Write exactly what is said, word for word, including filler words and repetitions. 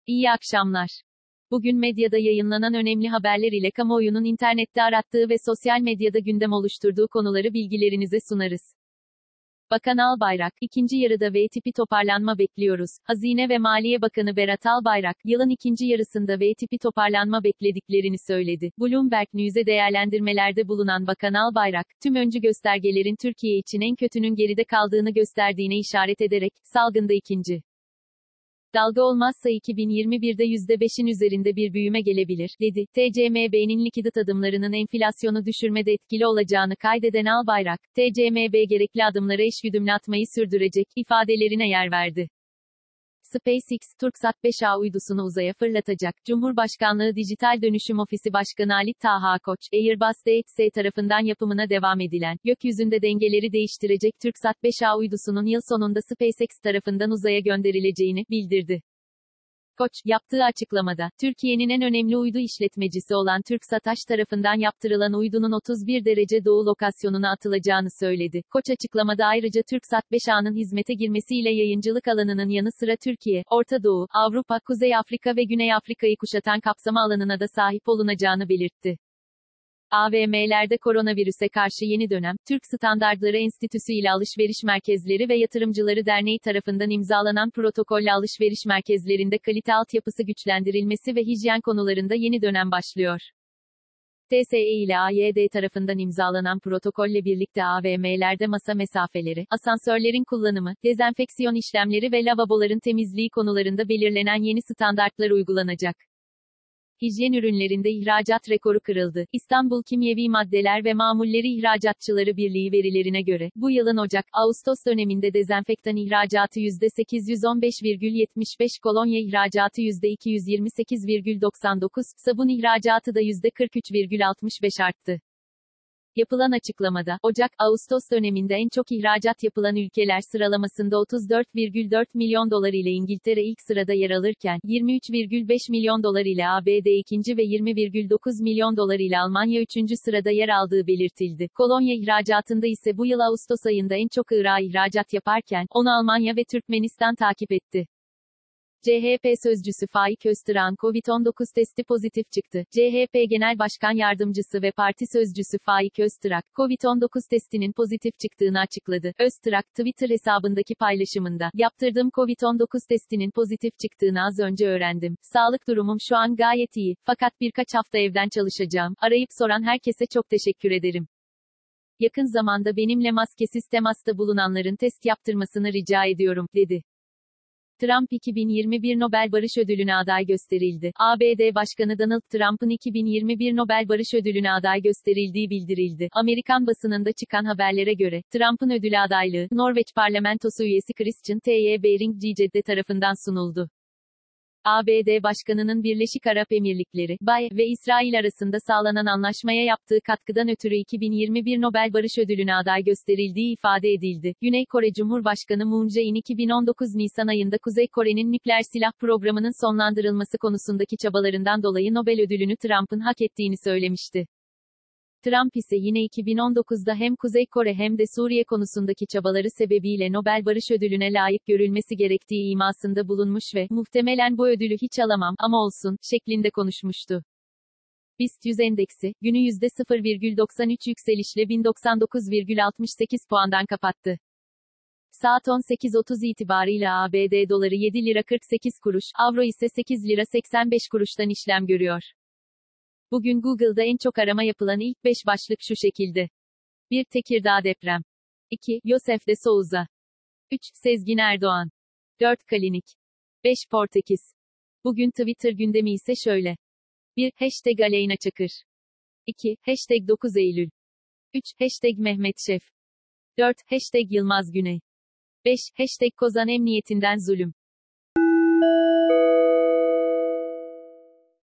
İyi akşamlar. Bugün medyada yayınlanan önemli haberler ile kamuoyunun internette arattığı ve sosyal medyada gündem oluşturduğu konuları bilgilerinize sunarız. Bakan Albayrak, ikinci yarıda V tipi toparlanma bekliyoruz. Hazine ve Maliye Bakanı Berat Albayrak, yılın ikinci yarısında V tipi toparlanma beklediklerini söyledi. Bloomberg News'e değerlendirmelerde bulunan Bakan Albayrak, tüm öncü göstergelerin Türkiye için en kötünün geride kaldığını gösterdiğine işaret ederek, salgında ikinci dalga olmazsa iki bin yirmi birde yüzde beşin üzerinde bir büyüme gelebilir, dedi. T C M B'nin likidit adımlarının enflasyonu düşürmede etkili olacağını kaydeden Albayrak, T C M B gerekli adımları eşgüdümlü atmayı sürdürecek, ifadelerine yer verdi. SpaceX, Turksat beş A uydusunu uzaya fırlatacak. Cumhurbaşkanlığı Dijital Dönüşüm Ofisi Başkanı Ali Taha Koç, Airbus D H S tarafından yapımına devam edilen, gökyüzünde dengeleri değiştirecek Turksat beş A uydusunun yıl sonunda SpaceX tarafından uzaya gönderileceğini bildirdi. Koç, yaptığı açıklamada, Türkiye'nin en önemli uydu işletmecisi olan TürkSataş tarafından yaptırılan uydunun otuz bir derece doğu lokasyonuna atılacağını söyledi. Koç açıklamada ayrıca TürkSat beş A'nın hizmete girmesiyle yayıncılık alanının yanı sıra Türkiye, Orta Doğu, Avrupa, Kuzey Afrika ve Güney Afrika'yı kuşatan kapsama alanına da sahip olunacağını belirtti. A V M'lerde koronavirüse karşı yeni dönem, Türk Standartları Enstitüsü ile Alışveriş Merkezleri ve Yatırımcıları Derneği tarafından imzalanan protokolle alışveriş merkezlerinde kalite altyapısı güçlendirilmesi ve hijyen konularında yeni dönem başlıyor. T S E ile A Y D tarafından imzalanan protokolle birlikte A V M'lerde masa mesafeleri, asansörlerin kullanımı, dezenfeksiyon işlemleri ve lavaboların temizliği konularında belirlenen yeni standartlar uygulanacak. Hijyen ürünlerinde ihracat rekoru kırıldı. İstanbul Kimyevi Maddeler ve Mamulleri İhracatçıları Birliği verilerine göre, bu yılın Ocak-Ağustos döneminde dezenfektan ihracatı yüzde sekiz yüz on beş virgül yetmiş beş, kolonya ihracatı yüzde iki yüz yirmi sekiz virgül doksan dokuz, sabun ihracatı da yüzde kırk üç virgül altmış beş arttı. Yapılan açıklamada, Ocak-Ağustos döneminde en çok ihracat yapılan ülkeler sıralamasında otuz dört virgül dört milyon dolar ile İngiltere ilk sırada yer alırken, yirmi üç virgül beş milyon dolar ile A B D ikinci ve yirmi virgül dokuz milyon dolar ile Almanya üçüncü sırada yer aldığı belirtildi. Kolonya ihracatında ise bu yıl Ağustos ayında en çok Irak'a ihracat yaparken, onu Almanya ve Türkmenistan takip etti. C H P sözcüsü Faik Öztürk'ün Covid on dokuz testi pozitif çıktı. C H P Genel Başkan Yardımcısı ve Parti Sözcüsü Faik Öztürk, Covid on dokuz testinin pozitif çıktığını açıkladı. Öztürk, Twitter hesabındaki paylaşımında, yaptırdığım Covid on dokuz testinin pozitif çıktığını az önce öğrendim. Sağlık durumum şu an gayet iyi, fakat birkaç hafta evden çalışacağım. Arayıp soran herkese çok teşekkür ederim. Yakın zamanda benimle maskesiz temasta bulunanların test yaptırmasını rica ediyorum, dedi. Trump iki bin yirmi bir Nobel Barış Ödülü'ne aday gösterildi. A B D Başkanı Donald Trump'ın iki bin yirmi bir Nobel Barış Ödülü'ne aday gösterildiği bildirildi. Amerikan basınında çıkan haberlere göre, Trump'ın ödül adaylığı, Norveç Parlamentosu üyesi Christian T Tybring-Gjedde tarafından sunuldu. A B D Başkanı'nın Birleşik Arap Emirlikleri, B A E ve İsrail arasında sağlanan anlaşmaya yaptığı katkıdan ötürü iki bin yirmi bir Nobel Barış Ödülü'ne aday gösterildiği ifade edildi. Güney Kore Cumhurbaşkanı Moon Jae-in iki bin on dokuz Nisan ayında Kuzey Kore'nin nükleer silah programının sonlandırılması konusundaki çabalarından dolayı Nobel ödülünü Trump'ın hak ettiğini söylemişti. Trump ise yine iki bin on dokuzda hem Kuzey Kore hem de Suriye konusundaki çabaları sebebiyle Nobel Barış Ödülü'ne layık görülmesi gerektiği imasında bulunmuş ve, muhtemelen bu ödülü hiç alamam, ama olsun, şeklinde konuşmuştu. BIST yüz endeksi, günü yüzde sıfır virgül doksan üç yükselişle bin doksan dokuz virgül altmış sekiz puandan kapattı. Saat on sekiz otuz itibarıyla A B D doları yedi lira kırk sekiz kuruş, avro ise sekiz lira seksen beş kuruştan işlem görüyor. Bugün Google'da en çok arama yapılan ilk beş başlık şu şekilde. bir Tekirdağ deprem. iki Yosef de Souza. üç Sezgin Erdoğan. dört Kalinik. beş Portekiz. Bugün Twitter gündemi ise şöyle. bir Hashtag Aleyna Çakır. iki Hashtag dokuz Eylül. üç Hashtag Mehmet Şef. dört Hashtag Yılmaz Güney. beş Hashtag Kozan Emniyetinden zulüm.